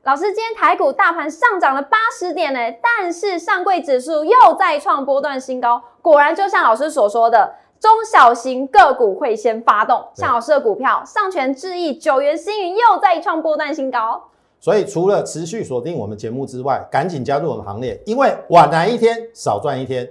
老师，今天台股大盘上涨了80点呢，但是上柜指数又再创波段新高。果然就像老师所说的，中小型个股会先发动。像老师的股票上权智毅、9元星云又再创波段新高。 所以除了持续锁定我们节目之外，赶紧加入我们行列，因为晚来一天少赚一天。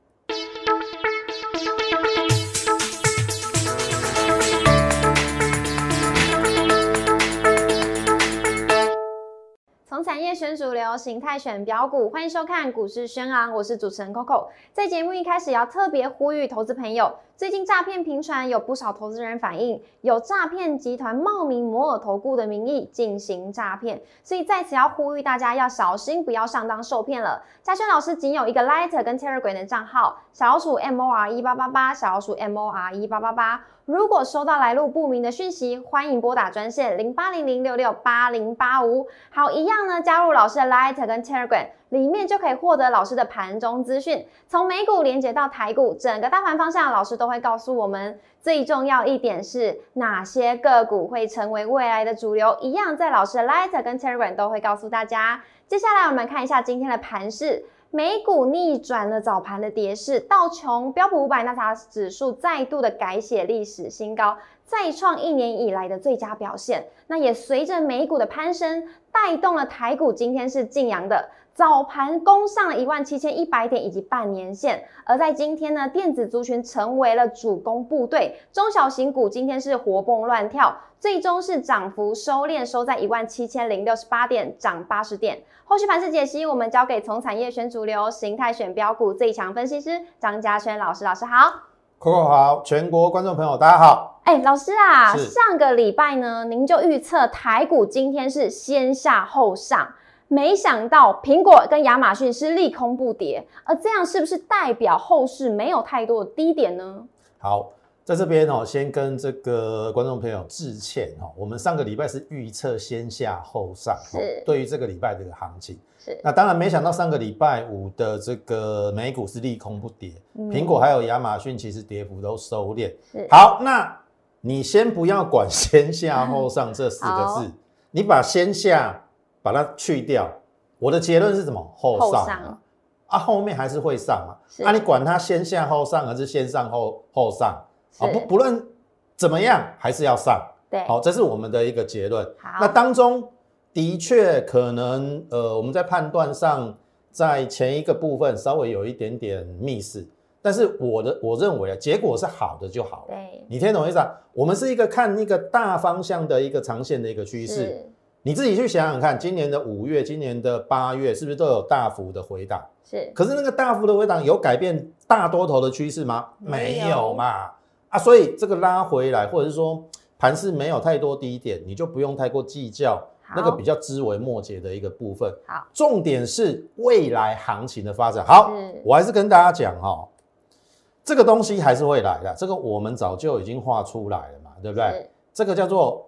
从产业选主流，形态选标股，欢迎收看股市轩昂，我是主持人 Coco。在节目一开始要特别呼吁投资朋友，最近诈骗频传，有不少投资人反映有诈骗集团冒名摩尔投顾的名义进行诈骗，所以在此要呼吁大家要小心，不要上当受骗了。嘉轩老师仅有一个 Light 跟 Telegram 的账号，小老鼠 MOR1888，小老鼠 MOR1888。如果收到来路不明的讯息，欢迎拨打专线0800668085。好，一样呢，加入老师的 Light 跟 Telegram， 里面就可以获得老师的盘中资讯，从美股连结到台股，整个大盘方向，老师都会告诉我们。最重要一点是哪些个股会成为未来的主流，一样在老师的 Light 跟 Telegram 都会告诉大家。接下来我们看一下今天的盘势。美股逆转了早盘的跌势，道琼、标普500、纳斯达克指数再度的改写历史新高，再创1年以来的最佳表现。那也随着美股的攀升，带动了台股今天是劲扬的，早盘攻上了17100点以及半年线。而在今天呢，电子族群成为了主攻部队，中小型股今天是活蹦乱跳，最终是涨幅收敛，收在17068点，涨80点。后续盘势解析，我们交给从产业选主流、形态选标股最强分析师张嘉轩老师。老师好。 Coco 好，全国观众朋友大家好。 老师啊，上个礼拜呢，您就预测台股今天是先下后上，没想到苹果跟亚马逊是利空不跌，而这样是不是代表后市没有太多的低点呢？好， 在这边先跟这个观众朋友致歉我们上个礼拜是预测先下后上，对于这个礼拜这个行情是。那当然没想到上个礼拜五的这个美股是利空不跌，苹果还有亚马逊其实跌幅都收敛。好，那你先不要管先下后上这4个字，你把先下把它去掉，我的结论是什么？后上后面还是会上嘛，你管它先下后上还是先上后上不论怎么样还是要上，对，好，这是我们的一个结论。那当中的确可能我们在判断上，在前一个部分稍微有一点点 miss， 但是我认为结果是好的就好了。对，你听懂意思啊？我们是一个看一个大方向的一个长线的一个趋势。你自己去想想看，今年的5月、今年的8月，是不是都有大幅的回档？是。可是那个大幅的回档有改变大多头的趋势吗？没有嘛。所以这个拉回来，或者是说盘势没有太多低点，你就不用太过计较那个比较枝微末节的一个部分。好，重点是未来行情的发展。好，我还是跟大家讲这个东西还是会来的，这个我们早就已经画出来了嘛，对不对？这个叫做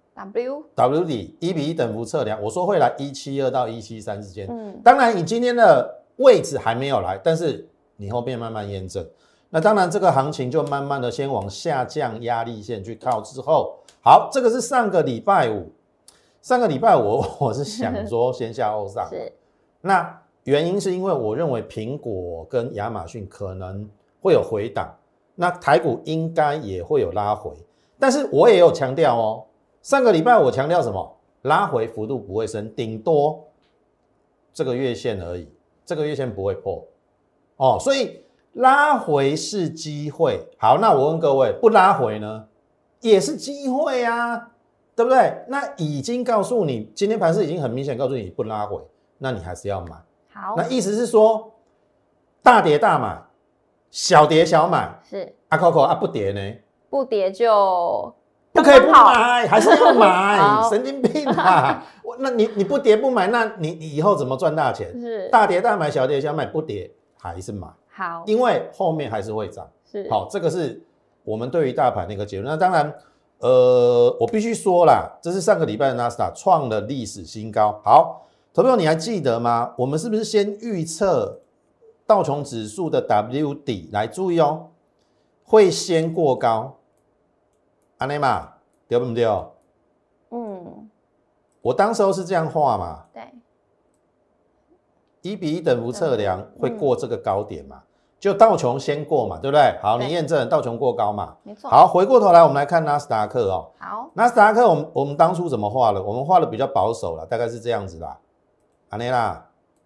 WD 1:1等幅测量，我说会来172到173之间。当然你今天的位置还没有来，但是你后面慢慢验证。那当然这个行情就慢慢的先往下降压力线去靠之后，好，这个是上个礼拜五我是想说先下后上。是。那原因是因为我认为苹果跟亚马逊可能会有回档，那台股应该也会有拉回，但是我也有强调上个礼拜我强调什么？拉回幅度不会深，顶多这个月线而已，这个月线不会破所以拉回是机会。好，那我问各位，不拉回呢也是机会啊，对不对？那已经告诉你，今天盘势已经很明显告诉你不拉回，那你还是要买。好，那意思是说大跌大买，小跌小买。是Coco不跌呢？不跌就不可以不买，还是要买。神经病啊！那你不跌不买，那你以后怎么赚大钱？是大跌大买，小跌小买，不跌还是买。好，因为后面还是会涨。是好，这个是我们对于大盘的一个结论。那当然，我必须说啦，这是上个礼拜的纳斯达克创了历史新高。好，投票你还记得吗？我们是不是先预测道琼指数的 W 底？来注意会先过高。安内嘛，对不对？ 我当时候是这样画嘛， 对 ，1:1等幅测量会过这个高点嘛，就道琼先过嘛，对不对？好，你验证道琼过高嘛， 没错。 好，回过头来我们来看纳斯达克哦。 好， 纳斯达克我们当初怎么画的？我们画的比较保守了，大概是这样子啦，安内啦。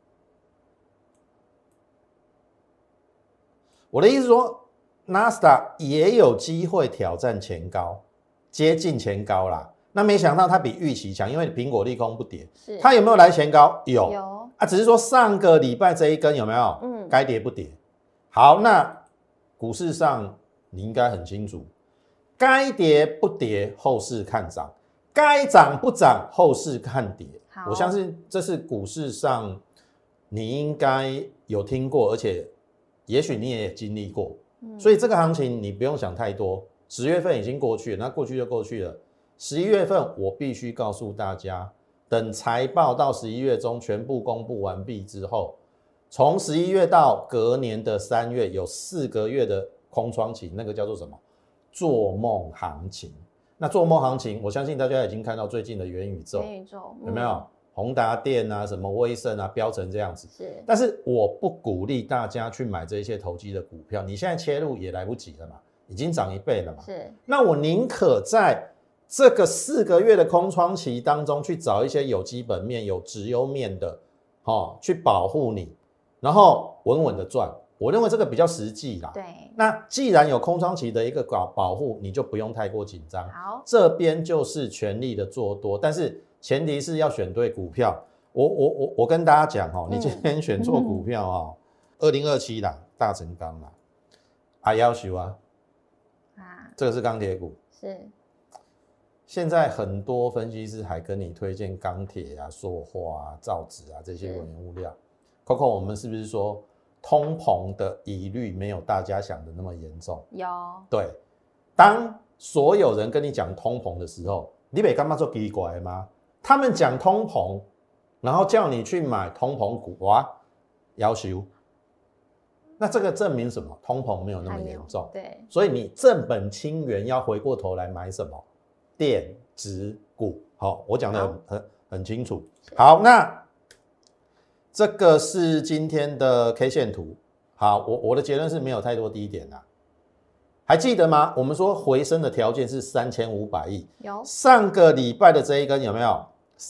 我的意思说，纳斯达也有机会挑战前高，接近前高啦。那没想到它比预期强，因为苹果利空不跌，它有没有来前高？有啊，只是说上个礼拜这一根有没有？该跌不跌。好，那股市上你应该很清楚，该跌不跌，后市看涨；该涨不涨，后市看跌。我相信这是股市上你应该有听过，而且也许你也经历过。所以这个行情你不用想太多。10月份已经过去了，那过去就过去了。11月份我必须告诉大家，等财报到11月中全部公布完毕之后，从11月到隔年的3月有4个月的空窗期，那个叫做什么？做梦行情。那做梦行情，我相信大家已经看到最近的元宇宙，有没有？宏达电啊，什么威盛啊，飙成这样子。是，但是我不鼓励大家去买这些投机的股票，你现在切入也来不及了嘛，已经涨1倍了嘛。是，那我宁可在这个4个月的空窗期当中去找一些有基本面、有质优面的，去保护你，然后稳稳的赚。我认为这个比较实际啦。对，那既然有空窗期的一个保护，你就不用太过紧张。好，这边就是全力的做多，但是前提是要选对股票。我跟大家讲你今天选错股票2027啦，大成钢啦，要求啊，这个是钢铁股。是。现在很多分析师还跟你推荐钢铁啊、塑化啊、造纸啊这些原物料。Coco， 我们是不是说通膨的疑虑没有大家想的那么严重？有。对，当所有人跟你讲通膨的时候，你不感觉做奇怪吗？他们讲通膨，然后叫你去买通膨股，哇，要求。那这个证明什么？通膨没有那么严重。对，所以你正本清源，要回过头来买什么？电子股。好，我讲的很清楚。好，那这个是今天的 K 线图。好，我的结论是没有太多低点啦。还记得吗？我们说回升的条件是3500亿。有。上个礼拜的这一根有没有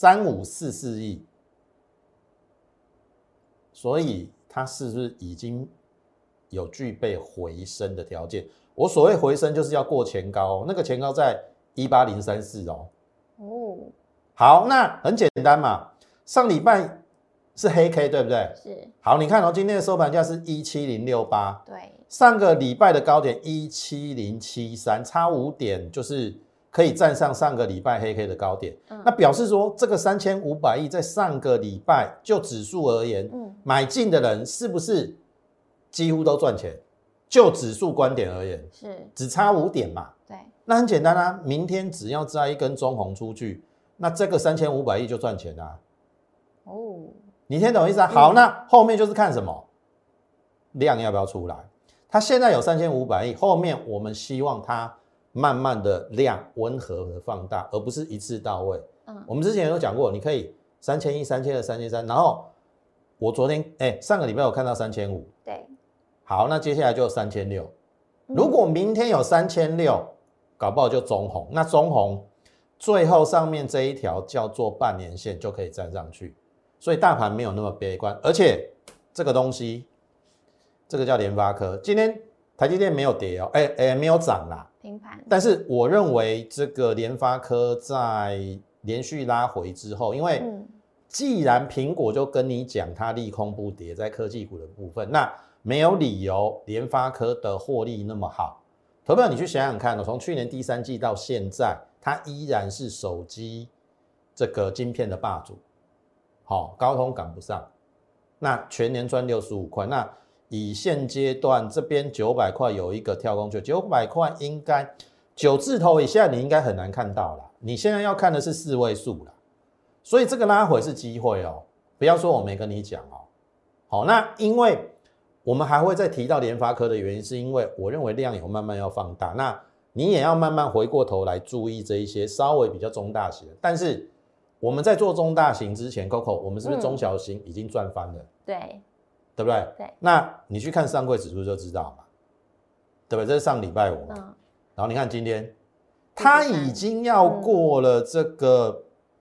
3544亿？所以它是不是已经有具备回升的条件？我所谓回升就是要过前高那个前高在18034哦。好，那很简单嘛。上礼拜是黑 K 对不对？是。好，你看今天的收盘价是17068。对。上个礼拜的高点17073，差5点就是可以站上上个礼拜黑 K 的高点。那表示说这个3500亿在上个礼拜就指数而言，买进的人是不是几乎都赚钱？就指数观点而言，是只差5点嘛。对。那很简单啊，明天只要再一根中红出去，那这个3500亿就赚钱啦。你听懂意思啊？好，那后面就是看什么量要不要出来。它现在有3500亿，后面我们希望它慢慢的量温和的放大，而不是一次到位。我们之前有讲过，你可以3100、3200、3300，然后我昨天上个礼拜我看到3500。对。好，那接下来就3600。如果明天有3600，搞不好就中红。那中红最后上面这一条叫做半年线就可以站上去，所以大盘没有那么悲观。而且这个东西，这个叫联发科，今天台积电没有跌没有涨啦，平盘。但是我认为这个联发科在连续拉回之后，因为既然苹果就跟你讲它利空不跌，在科技股的部分，那没有理由联发科的获利那么好。投票你去想想看从去年第3季到现在，它依然是手机这个晶片的霸主。高通赶不上，那全年赚65块。那以现阶段这边900块有一个跳空缺，900块应该9字头以下你应该很难看到啦。你现在要看的是4位数啦，所以这个拉回是机会哦，不要说我没跟你讲哦。好，那因为我们还会再提到联发科的原因，是因为我认为量有慢慢要放大，那你也要慢慢回过头来注意这一些稍微比较中大型的。但是我们在做中大型之前 ，Coco， 我们是不是中小型已经赚翻了？ 对， 对不对？ 对。 那你去看上柜指数就知道嘛，对不对？这是上礼拜五嘛。然后你看今天，它已经要过了这个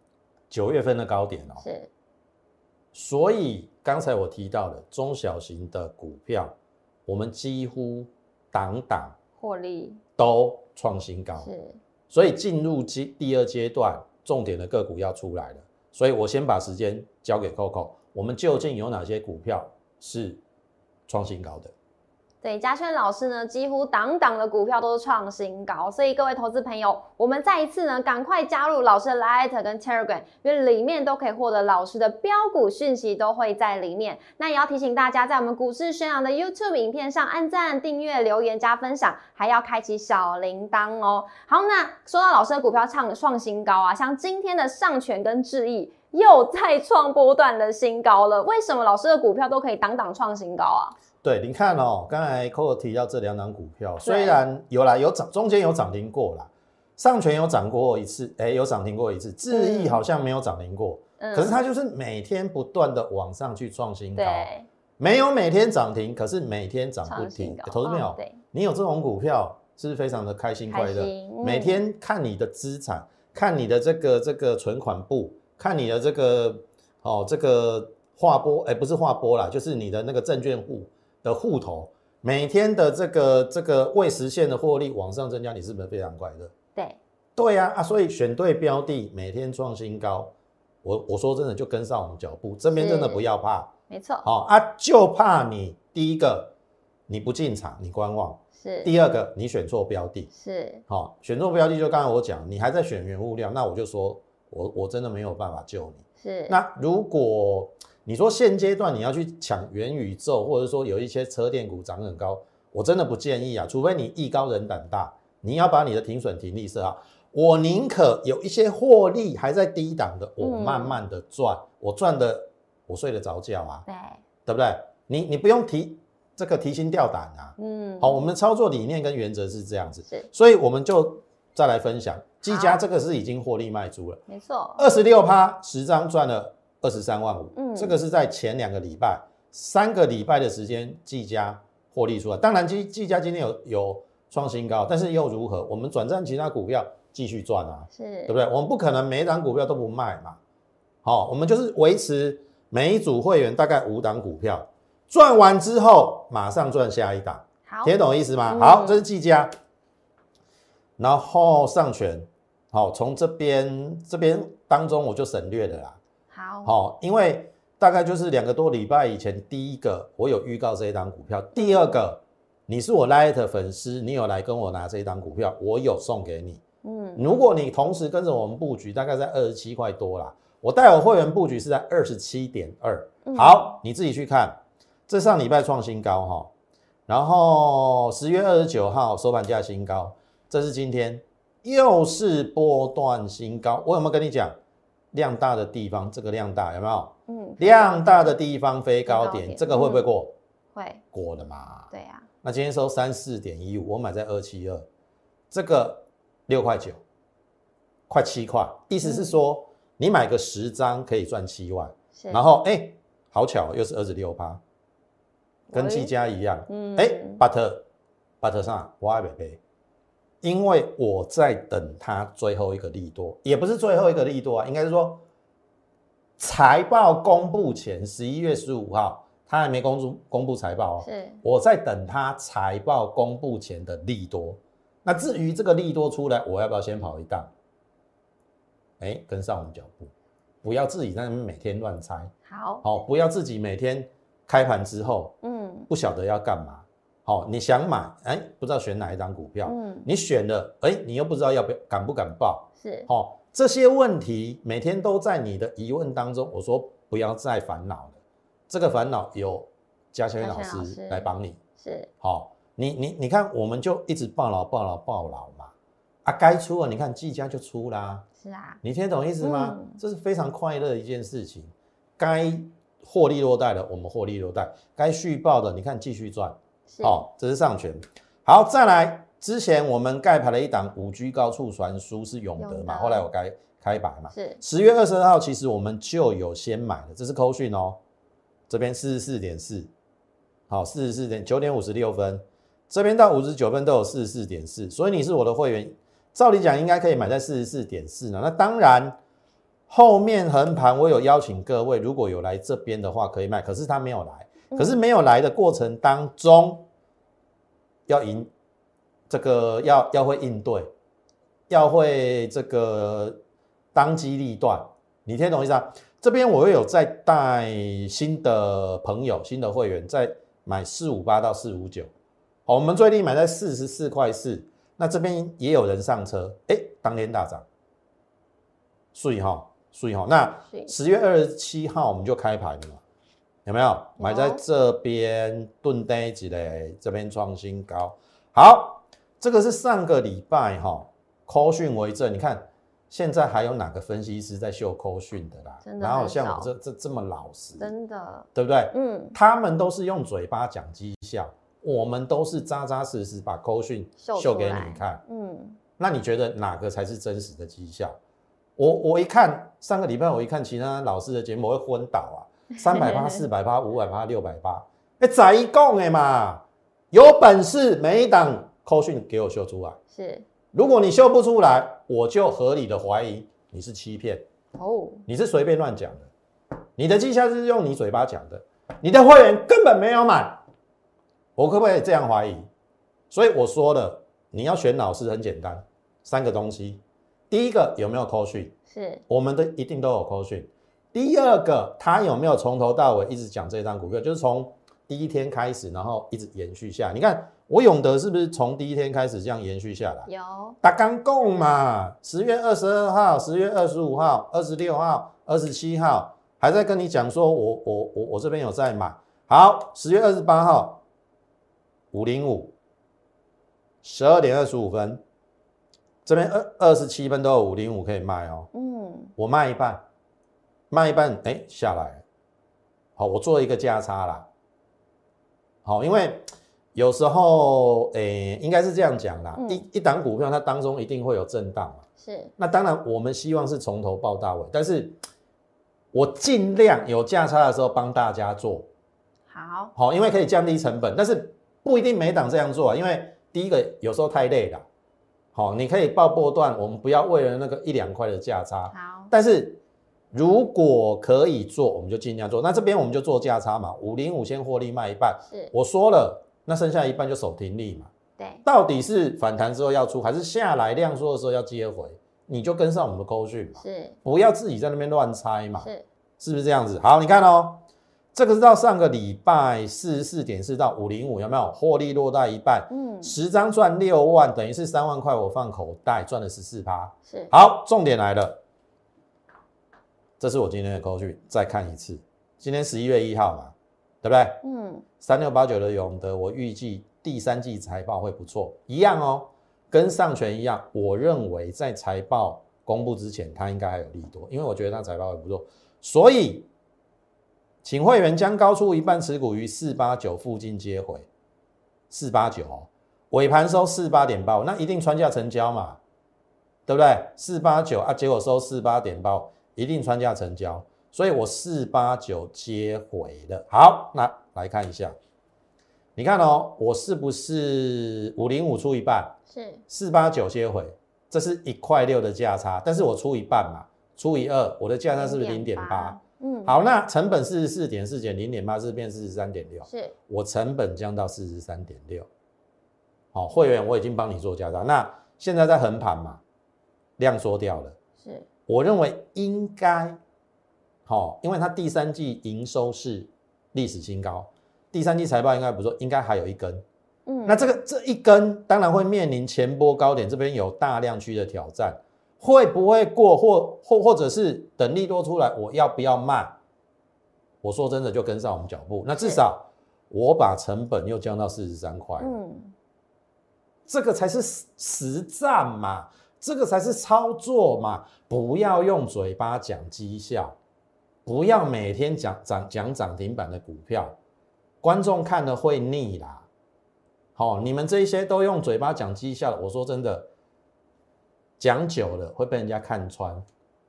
9月份的高点哦。 是。 所以刚才我提到的中小型的股票，我们几乎档获利都创新高。 是。所以进入第二阶段。重点的个股要出来了，所以我先把时间交给 Coco， 我们究竟有哪些股票是创新高的？ 对，嘉轩老师呢，几乎档的股票都是创新高，所以各位投资朋友，我们再一次呢，赶快加入老师的 Line 跟 Telegram， 因为里面都可以获得老师的标股讯息，都会在里面。那也要提醒大家，在我们股市宣扬的 YouTube 影片上按赞、订阅、留言、加分享，还要开启小铃铛哦。好，那说到老师的股票创新高啊，像今天的上权跟智毅又再创波段的新高了。为什么老师的股票都可以档创新高啊？ 对，你看哦，刚才 Coco 提到这2档股票，虽然有涨，中间有涨停过啦，上权有涨过一次，有涨停过一次，智毅好像没有涨停过，可是它就是每天不断的往上去创新高，没有每天涨停，可是每天涨不停。投资朋友，你有这种股票，是不是非常的开心快乐？每天看你的资产，看你的这个存款簿，看你的这个划拨，不是划拨啦，就是你的那个证券户的户头，每天的这个未实现的获利往上增加，你是不是非常快乐？对啊，所以选对标的，每天创新高，我说真的就跟上我们脚步，这边真的不要怕， 没错， 就怕你第一个你不进场，你观望， 是第二个你选错标的， 是选错标的就刚才我讲，你还在选原物料，那我就说我真的没有办法救你。 是， 那如果你说现阶段你要去抢元宇宙，或者说有一些车电股涨很高，我真的不建议啊，除非你艺高人胆大，你要把你的停损停利设好。我宁可有一些获利还在低档的，我慢慢的赚，我赚的我睡得着觉啊，对不对？你不用提心吊胆啊，好，我们的操作理念跟原则是这样子，所以我们就再来分享，技嘉这个是已经获利卖出了， 没错 ，26%10张赚了23万5，这个是在前2个礼拜3个礼拜的时间，技嘉获利出来。当然技嘉今天有创新高，但是又如何？我们转战其他股票继续赚啊，对不对？我们不可能每一档股票都不卖嘛，好，我们就是维持每一组会员大概5档股票，赚完之后马上赚下一档，听懂意思吗？好，这是技嘉，然后上权，好，从这边当中我就省略了啦。好，因为大概就是2个多礼拜以前，第一个我有预告这一档股票，第二个你是我 Light 粉丝，你有来跟我拿这一档股票，我有送给你。如果你同时跟着我们布局，大概在27块多啦，我带我会员布局是在27.2。好，你自己去看，这上礼拜创新高哈，然后10月29号收盘价新高，这是今天又是波段新高。我有没有跟你讲？量大的地方，这个量大有没有？量大的地方飞高点，这个会不会过？ 会过的嘛。 对呀。 那今天收34.15，我买在272，这个6块9，快7块。意思是说，你买个10张可以赚7万，然后好巧又是26%，跟技嘉一样。but 上我还没赔。因为我在等它最后一个利多，也不是最后一个利多啊，应该是说财报公布前11月15号，它还没公布财报哦，我在等它财报公布前的利多。那至于这个利多出来，我要不要先跑一档？跟上我们脚步，不要自己在那边每天乱猜。好，不要自己每天开盘之后，不晓得要干嘛。好，你想买，不知道选哪一档股票，你选了，你又不知道敢不敢报，这些问题每天都在你的疑问当中。我说不要再烦恼了，这个烦恼由嘉轩老师来帮你。好，你看，我们就一直抱牢嘛，该出了，你看技嘉就出啦，你听得懂意思吗？这是非常快乐的一件事情。该获利落袋的我们获利落袋，该续报的你看继续赚。这是上权。再来，之前我们盖牌了一档5G 高速传输是永德嘛，后来我开牌嘛， 是 10月22号，其实我们就有先买了，这是扣讯哦，这边 44.4， 好，9:56，这边到59分都有 44.4， 所以你是我的会员，照理讲应该可以买在 44.4 呢。那当然，后面横盘我有邀请各位，如果有来这边的话可以卖，可是他没有来，可是没有来的过程当中，要赢这个要会应对，要会这个当机立断，你听懂意思啊？这边我有在带新的朋友、新的会员在买458到459，好，我们最低买在44.4块，那这边也有人上车，当天大涨，所以哈，那10月27号我们就开牌了嘛，有没有？买在这边钝呆几嘞，这边创新高，好，这个是上个礼拜哈，扣讯为证，你看。现在还有哪个分析师在秀扣讯的啦？ 真的然后像我这么老实， 真的， 对不对？他们都是用嘴巴讲绩效，我们都是扎扎实实把扣讯秀给你看。那你觉得哪个才是真实的绩效？我一看上个礼拜，我一看其他老师的节目，我会昏倒啊！300%、400%、500%、600%，再讲的嘛，有本事每一档扣讯给我秀出来。 是。 如果你秀不出来，我就合理的怀疑你是欺骗哦，你是随便乱讲的，你的绩效是用你嘴巴讲的，你的会员根本没有买，我可不可以这样怀疑？所以我说了，你要选老师很简单，3个东西，第一个有没有扣讯，是我们的一定都有扣讯，第二个他有没有从头到尾一直讲这一张股票，就是从第一天开始，然后一直延续下来，你看。我永德是不是从第一天开始这样延续下来？ 有， 大刚供嘛，10月22号、10月25号、26号、27号，还在跟你讲说我这边有在买。好，10月28号505 12点25分，这边27分都有505可以卖哦。我卖一半，下来，好，我做一个价差啦。好，因为。有时候，应该是这样讲啦，一档股票它当中一定会有震荡嘛。是。那当然，我们希望是从头抱到尾，但是我尽量有价差的时候帮大家做。好，因为可以降低成本，但是不一定每档这样做啊，因为第一个有时候太累了。好，你可以报波段，我们不要为了那个1、2块的价差。好。但是如果可以做，我们就尽量做。那这边我们就做价差嘛，505先获利卖一半。是。我说了。那剩下一半就守停利嘛，对，到底是反弹之后要出，还是下来量缩的时候要接回？你就跟上我们的扣讯嘛，是，不要自己在那边乱猜嘛，是不是这样子？好，你看哦，这个是到上个礼拜44.4到505，有没有获利落袋一半？10张赚6万，等于是3万块，我放口袋赚了14%。是，好，重点来了，这是我今天的扣讯，再看一次，今天11月1号嘛。对不对？3689的永德，我预计第3季财报会不错，一样哦，跟上权一样。我认为在财报公布之前，它应该还有利多，因为我觉得它财报会不错，所以请会员将高出一半持股于489附近接回，489哦，尾盘收48.85，那一定穿价成交嘛，对不对？489啊，结果收48.85，一定穿价成交。所以我489接回了，好，那来看一下，你看哦，我是不是505出一半？是489接回，这是1.6块的价差，但是我出一半嘛，除以2，我的价差是不是 0.8？好，那成本44.4减 0.8 是变43.6，是我成本降到43.6，好，会员我已经帮你做价差，那现在在横盘嘛，量缩掉了，是我认为应该。因为它第3季营收是历史新高，第3季财报应该不错，应该还有一根。那这一根当然会面临前波高点，这边有大量区的挑战，会不会过或者是等利多出来，我要不要卖？我说真的就跟上我们脚步，那至少我把成本又降到43块，这个才是实战嘛，这个才是操作嘛，不要用嘴巴讲绩效。不要每天讲涨停板的股票，观众看了会腻啦。好，你们这一些都用嘴巴讲绩效的，我说真的，讲久了会被人家看穿。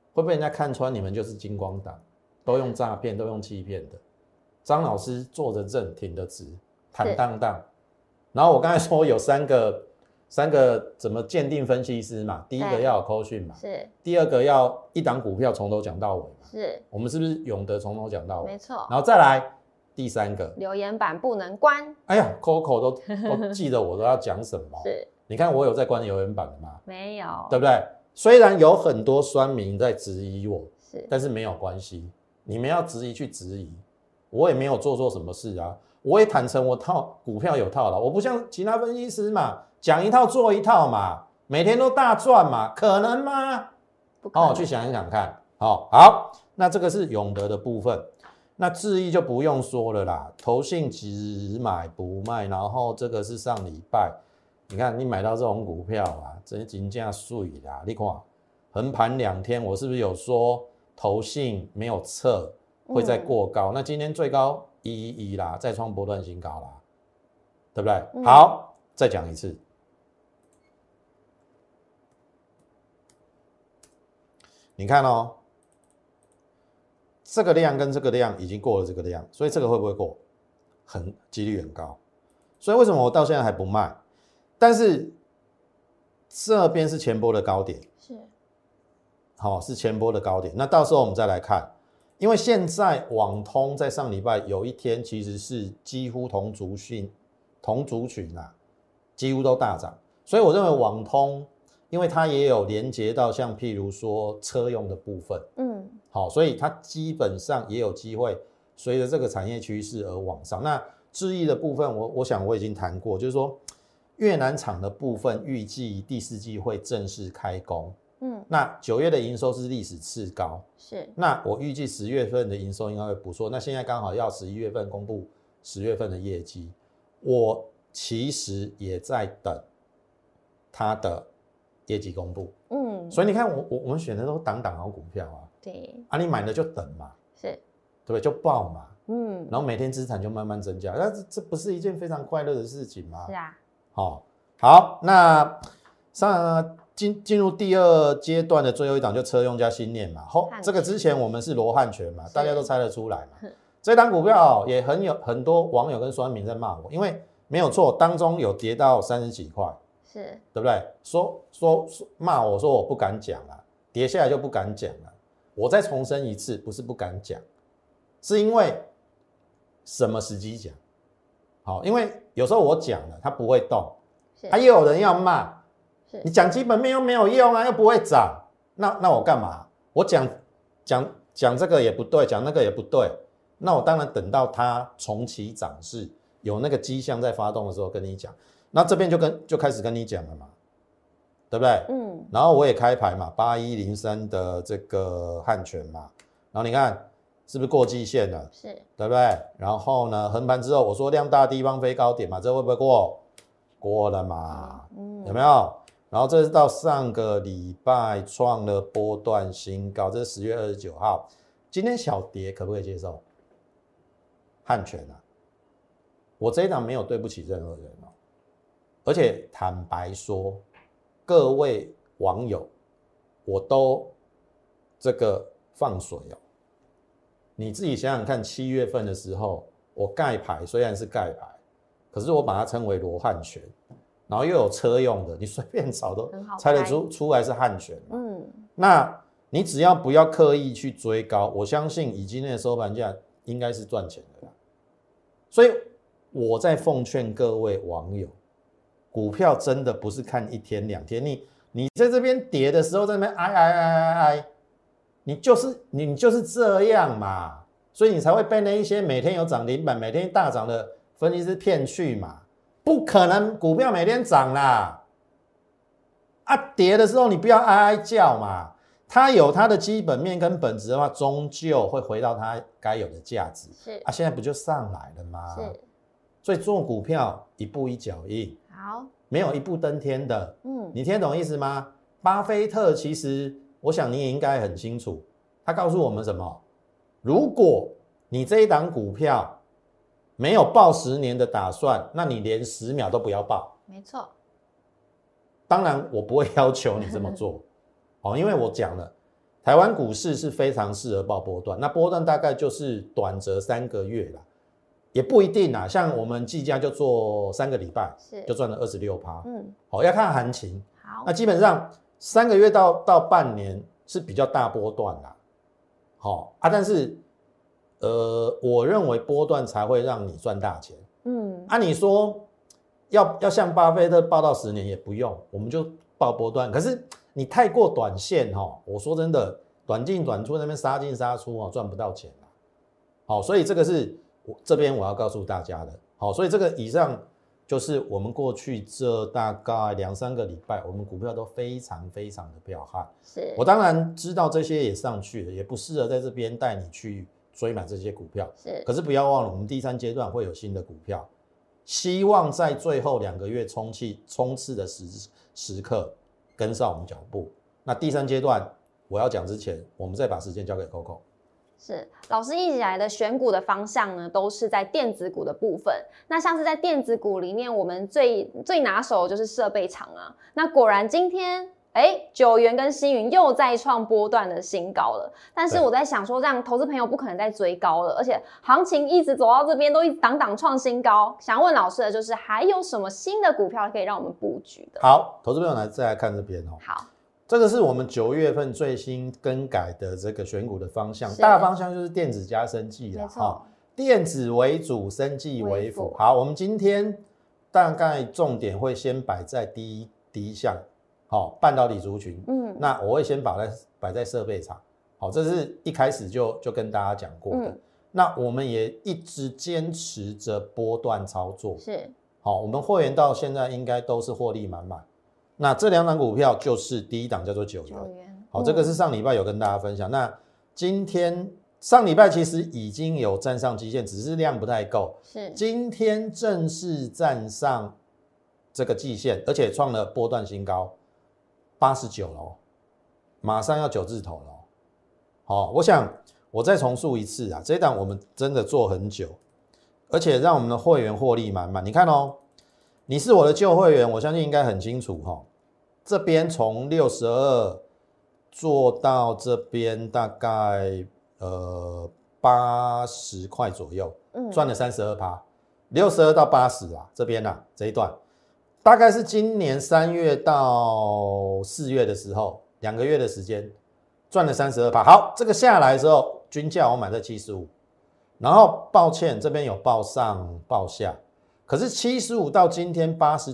会被人家看穿你们就是金光党，都用诈骗，都用欺骗的。张老师坐着正，挺得直，坦荡荡。然后我刚才说有三个怎么鉴定分析师嘛，第一个要有扣讯嘛， 是， 第二个要一档股票从头讲到尾嘛， 是， 我们是不是永德从头讲到尾？ 没错。 然后再来第三个， 留言板不能关。 哎呀 ，Coco 都记得我都要讲什么。 是， 你看我有在关留言板的吗？ 没有， 对不对？虽然有很多酸民在质疑我， 是， 但是没有关系，你们要质疑去质疑，我也没有做错什么事啊。我也坦诚我股票有套了，我不像其他分析师嘛，讲一套做一套嘛，每天都大赚嘛，可能吗？ 不可能。 去想一想看。好，那这个是永德的部分，那智毅就不用说了啦，投信只买不卖，然后这个是上礼拜，你看你买到这种股票啊，真金价水啦，你看横盘2天，我是不是有说投信没有测会再过高？那今天最高111啦，再创波段新高啦，对不对？好，再讲一次。你看哦，这个量跟这个量已经过了这个量，所以这个会不会过？几率很高。所以为什么我到现在还不卖？但是这边是前波的高点，是前波的高点。那到时候我们再来看。因为现在网通在上礼拜有一天其实是几乎同族群啊，几乎都大涨，所以我认为网通，因为它也有连接到像譬如说车用的部分，所以它基本上也有机会随着这个产业趋势而往上。那智毅的部分我想我已经谈过，就是说越南厂的部分预计第4季会正式开工。那9月的营收是历史次高， 是。那我预计10月份的营收应该会不错。那现在刚好要11月份公布10月份的业绩，我其实也在等它的业绩公布。所以你看我们选的都档好股票啊。 对。 你买了就等嘛，是，对不对？就报嘛。然后每天资产就慢慢增加，那这不是一件非常快乐的事情吗？ 是啊。 好，那进入第2阶段的最后一档就车用加新念嘛，这个之前我们是罗汉拳嘛，大家都猜得出来嘛。这档股票也很多网友跟酸民在骂我，因为没有错，当中有跌到30几块，是，对不对？说骂我说我不敢讲了，跌下来就不敢讲了。我再重申一次，不是不敢讲，是因为什么时机讲？因为有时候我讲了它不会动，也有人要骂。你讲基本面又没有用啊，又不会涨，那我干嘛？我讲这个也不对，讲那个也不对，那我当然等到它重启涨势，有那个迹象在发动的时候跟你讲，那这边就开始跟你讲了嘛，对不对？然后我也开牌嘛，8103的这个汉权嘛，然后你看是不是过季线了？是，对不对？然后呢，横盘之后我说量大地方飞高点嘛，这会不会过？过了嘛，有没有？然后这是到上个礼拜创了波段新高，这是10月29号。今天小跌可不可以接受？汉权啊，我这一档没有对不起任何人哦。而且坦白说，各位网友，我都这个放水哦。你自己想想看，7月份的时候，我盖牌虽然是盖牌，可是我把它称为罗汉拳。然后又有车用的，你随便找都猜得出来是汉权嘛。那你只要不要刻意去追高，我相信以今天的收盘价应该是赚钱的啦。所以我在奉劝各位网友，股票真的不是看1天2天，你在这边跌的时候在那边哎，你就是这样嘛，所以你才会被那一些每天有涨停板、每天大涨的分析师骗去嘛。不可能股票每天涨啦，跌的时候你不要哀叫嘛，它有它的基本面跟本质的话，终究会回到它该有的价值。是现在不就上来了吗？是，所以做股票一步一脚印，好，没有一步登天的。你听得懂意思吗？巴菲特其实我想你也应该很清楚，他告诉我们什么？如果你这一档股票没有抱10年的打算，那你连10秒都不要抱。没错。当然我不会要求你这么做因为我讲了，台台湾股市是非常适合报波段，那波段大概就是短则3个月啦，也不一定啦。像我们技嘉就做3个礼拜，就赚了26%。好，要看行情。好，那基本上3个月到半年是比较大波段啦。好啊，但是我认为波段才会让你赚大钱。你说要像巴菲特报到10年也不用，我们就报波段。可是你太过短线我说真的，短进短出那边杀进杀出赚不到钱啦。好，所以这个是这边我要告诉大家的。好，所以这个以上就是我们过去这大概2-3个礼拜，我们股票都非常非常的彪悍。是我当然知道这些也上去了，也不适合在这边带你去追买这些股票。可是不要忘了，我们第3阶段会有新的股票，希望在最后2个月冲刺的时刻跟上我们脚步。那第3阶段我要讲之前，我们再把时间交给 Coco。 是老师一直以来的选股的方向呢，都是在电子股的部分。那像是在电子股里面，我们最拿手的就是设备厂啊。那果然今天9元跟星云又再创波段的新高了。但是我在想说，这样投资朋友不可能再追高了，而且行情一直走到这边都一直档创新高。想问老师的就是，还有什么新的股票可以让我们布局的？ 好，投资朋友再来看这边好。 这个是我们9月份最新更改的这个选股的方向，大方向就是电子加生技啦，电子为主，生技为辅。好，我们今天大概重点会先摆在第一项，半导体族群。那我会先摆在设备厂。好，这是一开始就跟大家讲过的。那我们也一直坚持着波段操作。是，好，我们会员到现在应该都是获利满满。那这2档股票就是第一档叫做9元，好，这个是上礼拜有跟大家分享。那今天上礼拜其实已经有站上季线，只是量不太够。是，今天正式站上这个季线，而且创了波段新高，89了，马上要9字头了。好，我想我再重述一次啊，这一档我们真的做很久，而且让我们的会员获利满满。你看你是我的旧会员，我相信应该很清楚这边从62做到这边大概80块左右，赚了32%，62到80啊，这边这一段大概是今年3月到4月的时候，2个月的时间赚了32%。好，这个下来的时候均价我买在75，然后抱歉这边有报上报下，可是75到今天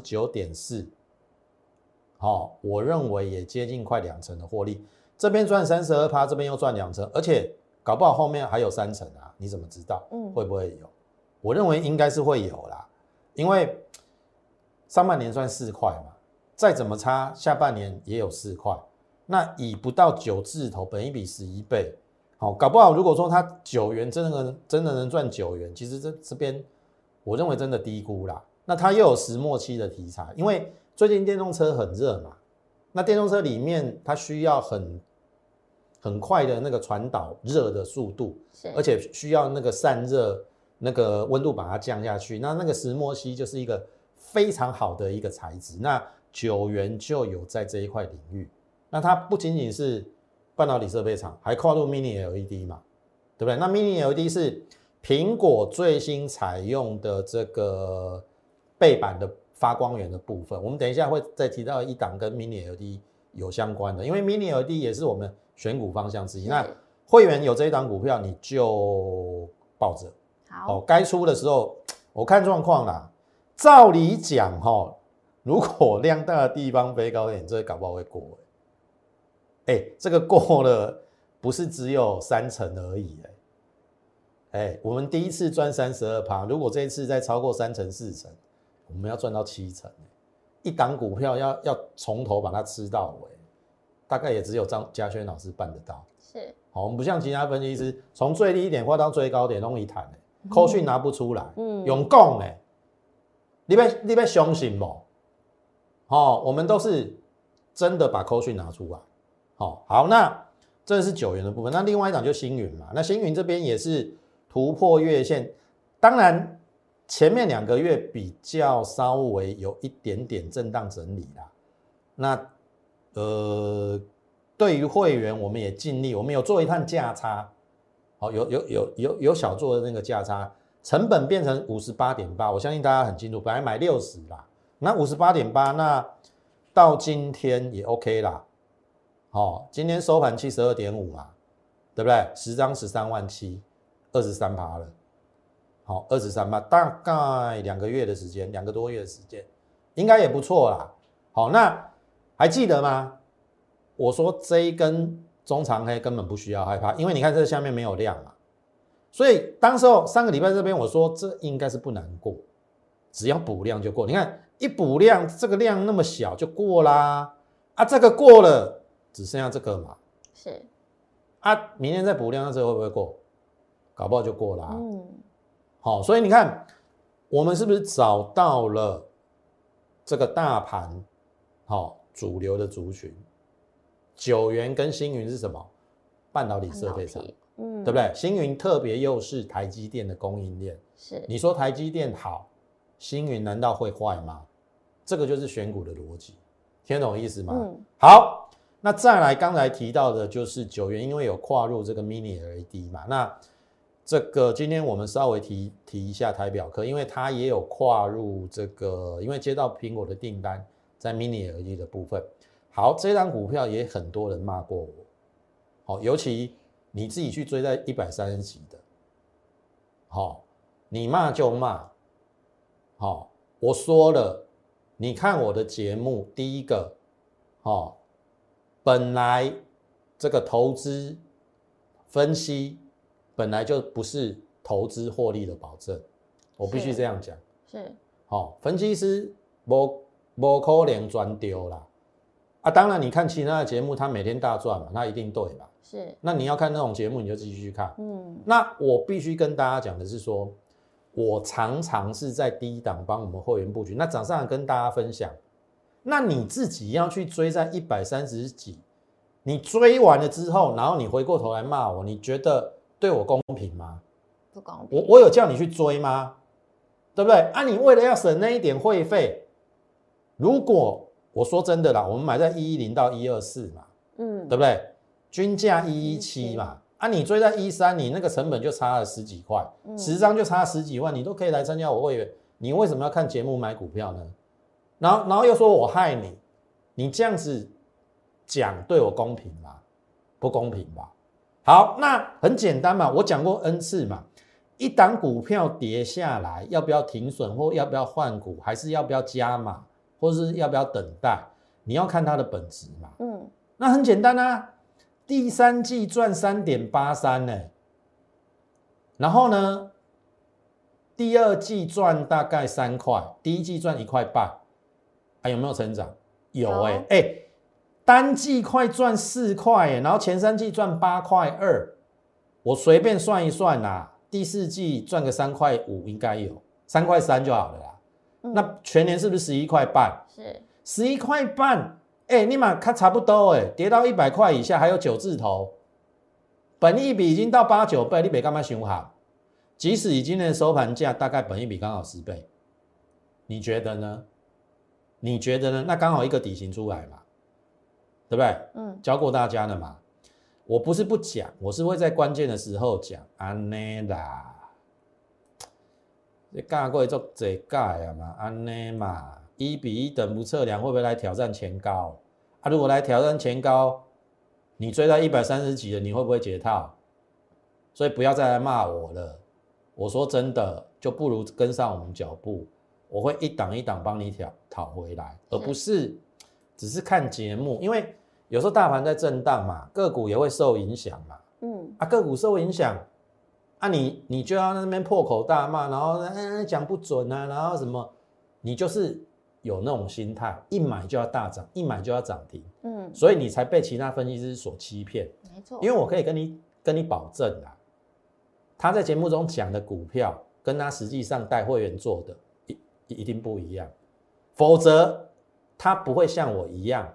89.4。我认为也接近快2成的获利，这边赚32%，这边又赚2成，而且搞不好后面还有3成啊，你怎么知道？会不会有？我认为应该是会有啦，因为上半年赚4块嘛，再怎么差，下半年也有4块，那以不到9字头，本益比11倍，搞不好如果说它9元真的能赚9元，其实这边我认为真的低估啦。那它又有石墨烯的题材，因为最近电动车很热嘛，那电动车里面它需要很快的那个传导热的速度，而且需要那个散热那个温度把它降下去，那个石墨烯就是一个非常好的一个材质。那9元就有在这一块领域，那它不仅仅是半导体设备厂，还跨入 Mini LED 嘛，对不对？那 Mini LED 是苹果最新采用的这个背板的发光源的部分，我们等一下会再提到一档跟 Mini LED 有相关的，因为 Mini LED 也是我们选股方向之一。那会员有这一档股票，你就抱着，好，该出的时候我看状况啦。照理讲如果量大的地方飞高一点，这个搞不好会过。这个过了不是只有3成而已。我们第一次赚32%，如果这一次再超过3成4成，我们要赚到7成。一档股票要从头把它吃到尾，大概也只有嘉轩老师办得到。是，好，我们不像其他分析师，从最低点画到最高点容易谈扣讯拿不出来，用讲你要相信不？我们都是真的把扣讯拿出来。好，那这是9元的部分，那另外一档就星云嘛，那星云这边也是突破月线，当然前面2个月比较稍微有一点点震荡整理啦。那对于会员，我们也尽力，我们有做一趟价差，好，有小做的那个价差，成本变成58.8，我相信大家很清楚，本来买60啦，那58.8，那到今天也 OK 啦，好，今天收盘72.5嘛，对不对？10张13万7，23%了，好，23%，大概2个月的时间，2个多月的时间，应该也不错啦。好，那还记得吗？我说这一根中长黑根本不需要害怕，因为你看这下面没有量嘛，所以当时候上个礼拜这边我说这应该是不难过，只要补量就过。你看一补量，这个量那么小就过啦，啊，这个过了，只剩下这个嘛， 是， 啊，明天再补量，那这个会不会过？搞不好就过啦。好，所以你看我们是不是找到了这个大盘好主流的族群？九元跟星云是什么？半导体设备厂，对不对？星云特别又是台积电的供应链， 是。 你说台积电好，星云难道会坏吗？这个就是选股的逻辑，听懂意思吗？好，那再来刚才提到的就是九元，因为有跨入这个 mini LED 嘛，那这个今天我们稍微提一下台表科，因为它也有跨入这个，因为接到苹果的订单，在 mini LED 的部分。好，这张股票也很多人骂过我，好，尤其你自己去追在130几的，好，你骂就骂，好，我说了，你看我的节目，第一个，好，本来这个投资分析本来就不是投资获利的保证，我必须这样讲， 是， 好，分析师没可能赚丢啦。啊，当然，你看其他的节目，他每天大赚嘛，那一定对吧？ 是。 那你要看那种节目，你就继续去看。那我必须跟大家讲的是说，我常常是在低档帮我们会员布局，那早上跟大家分享。那你自己要去追在130几，你追完了之后，然后你回过头来骂我，你觉得对我公平吗？ 不公平。 我有叫你去追吗？对不对？啊，你为了要省那一点会费，如果我说真的啦，我们买在110到124嘛，对不对？均价117嘛，啊，你追在13，你那个成本就差了10几块，10张就差10几万，你都可以来参加我会员，你为什么要看节目买股票呢？然后又说我害你，你这样子讲对我公平吗？不公平吧？好，那很简单嘛，我讲过 N 次嘛，一档股票跌下来，要不要停损或要不要换股，还是要不要加码？或是要不要等待？你要看它的本质嘛。那很简单啊，第三季赚3.83呢，然后呢，第二季赚大概3块，第一季赚1块半，还有没有成长？有单季快赚4块然后前3季赚8块2，我随便算一算啦，第四季赚个3块5应该有，3块3就好了啦。那全年是不是11块半？是11块半，你嘛看差不多跌到100块以下还有9字头，本益比已经到8、9倍，你别干嘛想好？即使以今天的收盘价大概本益比刚好10倍，你觉得呢？你觉得呢？那刚好一个底型出来嘛，对不对？教过大家了嘛。我不是不讲，我是会在关键的时候讲，安内啦。你教过做这改啊嘛，安内嘛，1比1等不测量会不会来挑战前高？啊，如果来挑战前高，你追到130几了，你会不会解套？所以不要再来骂我了。我说真的，就不如跟上我们脚步，我会一档一档帮你讨回来，而不是只是看节目，因为有时候大盘在震荡嘛，个股也会受影响嘛。个股受影响。你就要在那边破口大骂，然后讲不准啊，然后什么，你就是有那种心态，一买就要大涨，一买就要涨停，所以你才被其他分析师所欺骗。 没错， 因为我可以跟你保证啦，他在节目中讲的股票，跟他实际上带会员做的一定不一样，否则他不会像我一样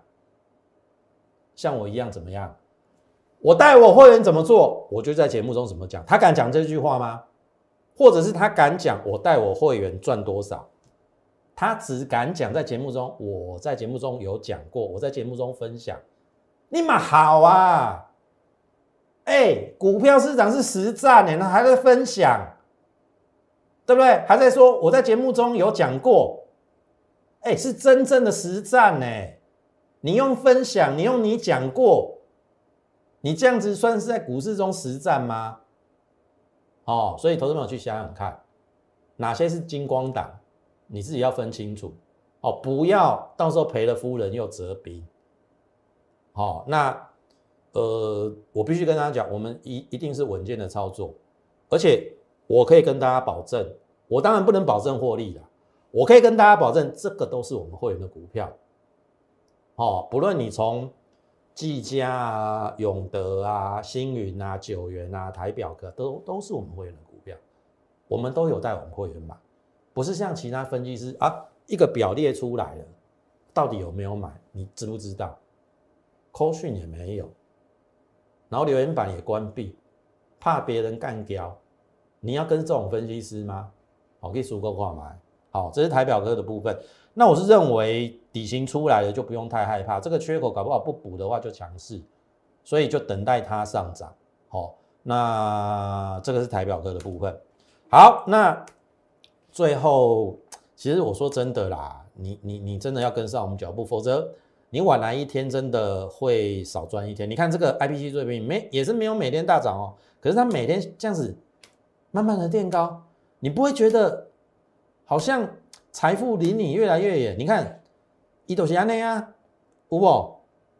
怎么样？我带我会员怎么做，我就在节目中怎么讲。他敢讲这句话吗？或者是他敢讲我带我会员赚多少？他只敢讲在节目中，我在节目中有讲过，我在节目中分享， 你嘛好啊！股票市场是实战呢，还在分享，对不对？还在说我在节目中有讲过，是真正的实战呢。你用分享，你用你讲过，你这样子算是在股市中实战吗？所以投资朋友去想想看，哪些是金光党，你自己要分清楚不要到时候赔了夫人又折兵。那我必须跟大家讲，我们一定是稳健的操作，而且我可以跟大家保证，我当然不能保证获利啦，我可以跟大家保证，这个都是我们会员的股票。不论你从技嘉啊、永德啊、星云啊、九元啊、台表科都是我们会员的股票，我们都有带我们会员买，不是像其他分析师一个表列出来了，到底有没有买，你知不知道？扣讯也没有，然后留言板也关闭，怕别人干掉，你要跟这种分析师吗？可以输够挂买。这是台表科的部分。那我是认为底型出来了就不用太害怕，这个缺口搞不好不补的话就强势，所以就等待它上涨。那这个是台表科的部分。好，那最后其实我说真的啦，你真的要跟上我们脚步，否则你晚来一天真的会少赚一天。你看这个 IPC 最平也是没有每天大涨可是它每天这样子慢慢的垫高，你不会觉得好像财富离你越来越远？你看它就是这样有没？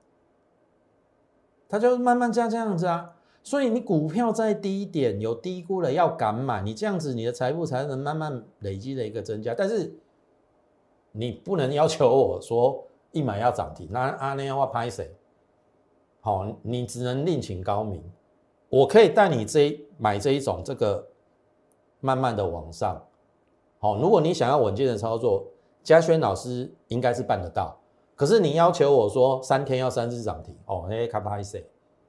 它就慢慢这样子啊。所以你股票在低点有低估了要敢买，你这样子你的财富才能慢慢累积的一个增加。但是你不能要求我说一买要涨停，那这样我拍谁？你只能另请高明。我可以带你买这一种这个慢慢的往上。如果你想要稳健的操作，嘉轩老师应该是办得到。可是你要求我说3天要3次涨停，那较拍谁？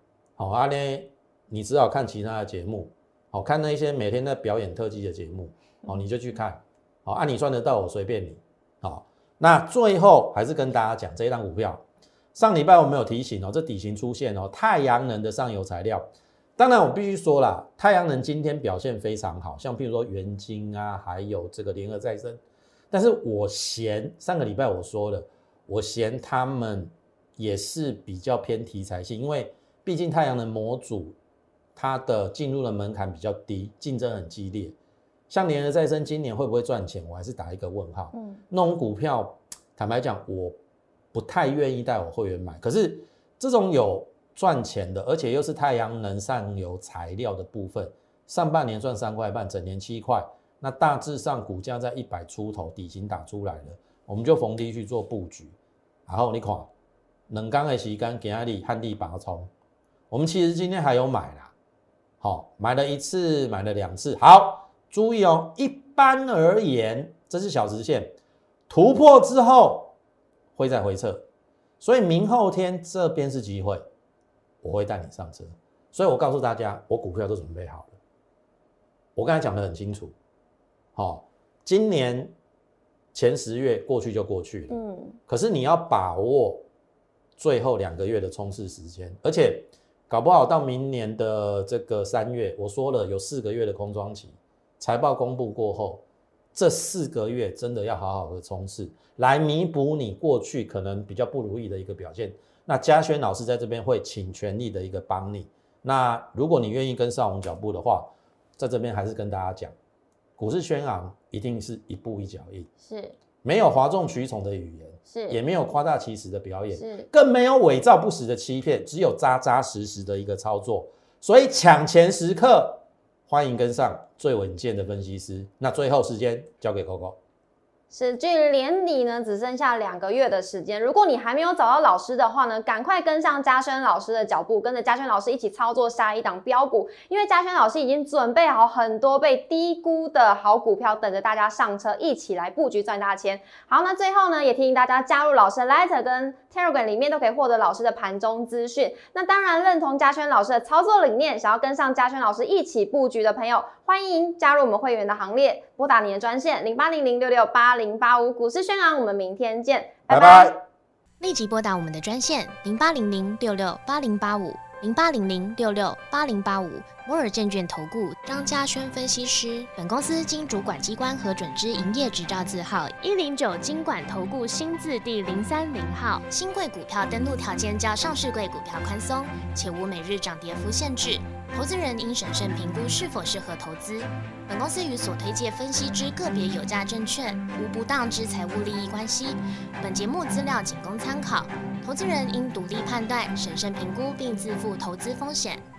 你只好看其他的节目，看那些每天在表演特技的节目，你就去看。你赚得到我随便你。那最后还是跟大家讲这一档股票，上礼拜我们有提醒这底型出现太阳能的上游材料。当然我必须说啦，太阳能今天表现非常好，像譬如说元晶啊，还有这个联合再生。但是我嫌上个礼拜我说了，我嫌他们也是比较偏题材性，因为毕竟太阳能模组它的进入的门槛比较低，竞争很激烈。像联合再生今年会不会赚钱，我还是打一个问号。那种股票坦白讲我不太愿意带我会员买，可是这种有赚钱的，而且又是太阳能上游材料的部分，上半年赚3块半，整年7块，那大致上股价在100出头，底型打出来了，我们就逢低去做布局。然后你看2天的时间今天旱地拔葱，我们其实今天还有买啦，买了1次，买了2次。好，注意一般而言这是小直线，突破之后会再回撤，所以明后天这边是机会，我会带你上车。所以我告诉大家，我股票都准备好了。我刚才讲得很清楚，今年前10月过去就过去了，可是你要把握最后2个月的冲刺时间，而且搞不好到明年的这个3月，我说了有4个月的空窗期，财报公布过后，这4个月真的要好好的冲刺，来弥补你过去可能比较不如意的一个表现。那嘉轩老师在这边会倾全力的一个帮你。那如果你愿意跟上我们脚步的话，在这边还是跟大家讲，股市轩昂一定是一步一脚印， 是没有哗众取宠的语言， 是也没有夸大其词的表演， 是更没有伪造不实的欺骗，只有扎扎实实的一个操作。所以抢钱时刻，欢迎跟上最稳健的分析师。那最后时间交给 Coco。 是，距离年底呢只剩下2个月的时间。如果你还没有找到老师的话呢，赶快跟上嘉轩老师的脚步，跟着嘉轩老师一起操作下一档标股。因为嘉轩老师已经准备好很多被低估的好股票，等着大家上车，一起来布局赚大钱。好，那最后呢，也提醒大家加入老师的 Light 跟 Telegram 里面都可以获得老师的盘中资讯。那当然，认同嘉轩老师的操作理念，想要跟上嘉轩老师一起布局的朋友，欢迎加入我们会员的行列，拨打你的专线0800668085，股市轩昂，我们明天见，拜拜。 立即拨打我们的专线08006680850800668085。摩尔证券投顾张嘉轩分析师。本公司经主管机关核准之营业执照字号109金管投顾新字第030号。新贵股票登录条件较上市贵股票宽松，且无每日涨跌幅限制。投资人应审慎评估是否适合投资。本公司与所推介分析之个别有价证券无不当之财务利益关系。本节目资料仅供参考，投资人应独立判断、审慎评估并自负投资风险。